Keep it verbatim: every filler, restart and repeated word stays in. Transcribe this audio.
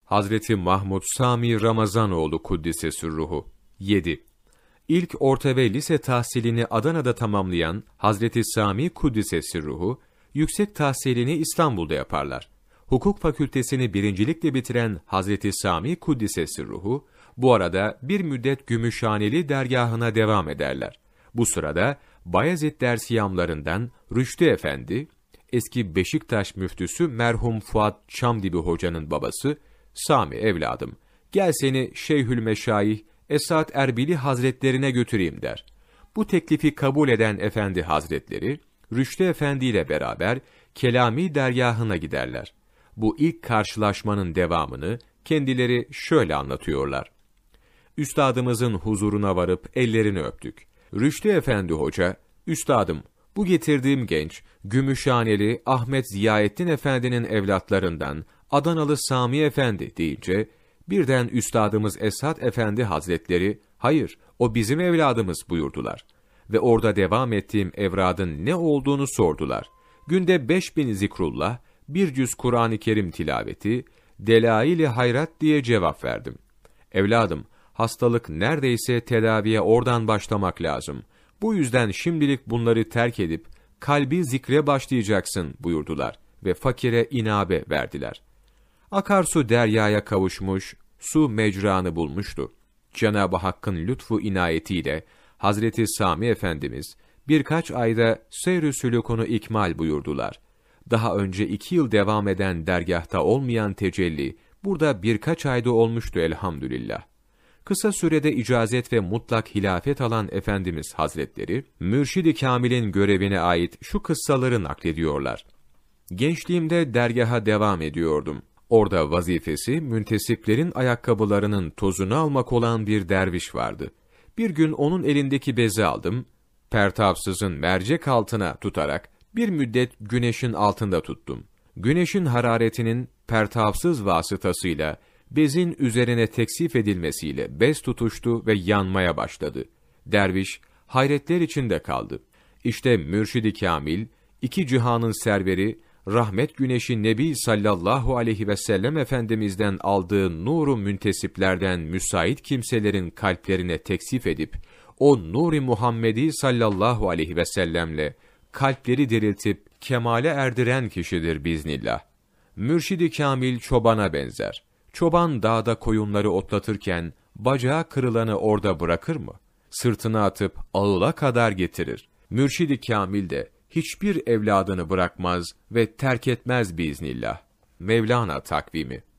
Hazreti Mahmud Sami Ramazanoğlu Kuddise Sürruhu. yedi. İlk orta ve lise tahsilini Adana'da tamamlayan Hazreti Sami Kuddise Sürruhu, yüksek tahsilini İstanbul'da yaparlar. Hukuk fakültesini birincilikle bitiren Hazreti Sami Kuddise Sürruhu, bu arada bir müddet Gümüşhaneli dergahına devam ederler. Bu sırada Bayezid dersiyamlarından Rüştü Efendi, eski Beşiktaş müftüsü merhum Fuat Çamdibi Hoca'nın babası, Sami evladım, gel seni Şeyhülmeşayih Esat Erbili Hazretlerine götüreyim der. Bu teklifi kabul eden Efendi Hazretleri, Rüştü Efendi ile beraber Kelami dergahına giderler. Bu ilk karşılaşmanın devamını kendileri şöyle anlatıyorlar. Üstadımızın huzuruna varıp ellerini öptük. Rüştü Efendi Hoca, üstadım, bu getirdiğim genç, Gümüşhaneli Ahmet Ziyaettin Efendi'nin evlatlarından Adanalı Sami Efendi deyince, birden üstadımız Esat Efendi Hazretleri, hayır, o bizim evladımız buyurdular. Ve orada devam ettiğim evradın ne olduğunu sordular. Günde beş bin zikrullah, bir cüz Kur'an-ı Kerim tilaveti, delail-i hayrat diye cevap verdim. Evladım, hastalık neredeyse tedaviye oradan başlamak lazım. Bu yüzden şimdilik bunları terk edip, kalbi zikre başlayacaksın buyurdular ve fakire inabe verdiler. Akarsu deryaya kavuşmuş, su mecranı bulmuştu. Cenab-ı Hakk'ın lütfu inayetiyle Hazreti Sami Efendimiz birkaç ayda seyr-i sülûkunu ikmal buyurdular. Daha önce iki yıl devam eden dergâhta olmayan tecelli, burada birkaç ayda olmuştu elhamdülillah. Kısa sürede icazet ve mutlak hilafet alan Efendimiz Hazretleri, Mürşid-i Kamil'in görevine ait şu kıssaları naklediyorlar. Gençliğimde dergaha devam ediyordum. Orada vazifesi müntesiplerin ayakkabılarının tozunu almak olan bir derviş vardı. Bir gün onun elindeki bezi aldım, pertavsızın mercek altına tutarak bir müddet güneşin altında tuttum. Güneşin hararetinin pertavsız vasıtasıyla bezin üzerine teksif edilmesiyle bez tutuştu ve yanmaya başladı. Derviş hayretler içinde kaldı. İşte Mürşid-i Kamil, iki cihanın serveri, rahmet güneşi Nebi sallallahu aleyhi ve sellem Efendimiz'den aldığı nuru müntesiplerden müsait kimselerin kalplerine teksif edip, o Nur-i Muhammedi sallallahu aleyhi ve sellemle kalpleri diriltip kemale erdiren kişidir biiznillah. Mürşid-i Kamil çobana benzer. Çoban dağda koyunları otlatırken bacağı kırılanı orada bırakır mı? Sırtına atıp ağıla kadar getirir. Mürşid-i Kamil de hiçbir evladını bırakmaz ve terk etmez biiznillah. Mevlana takvimi.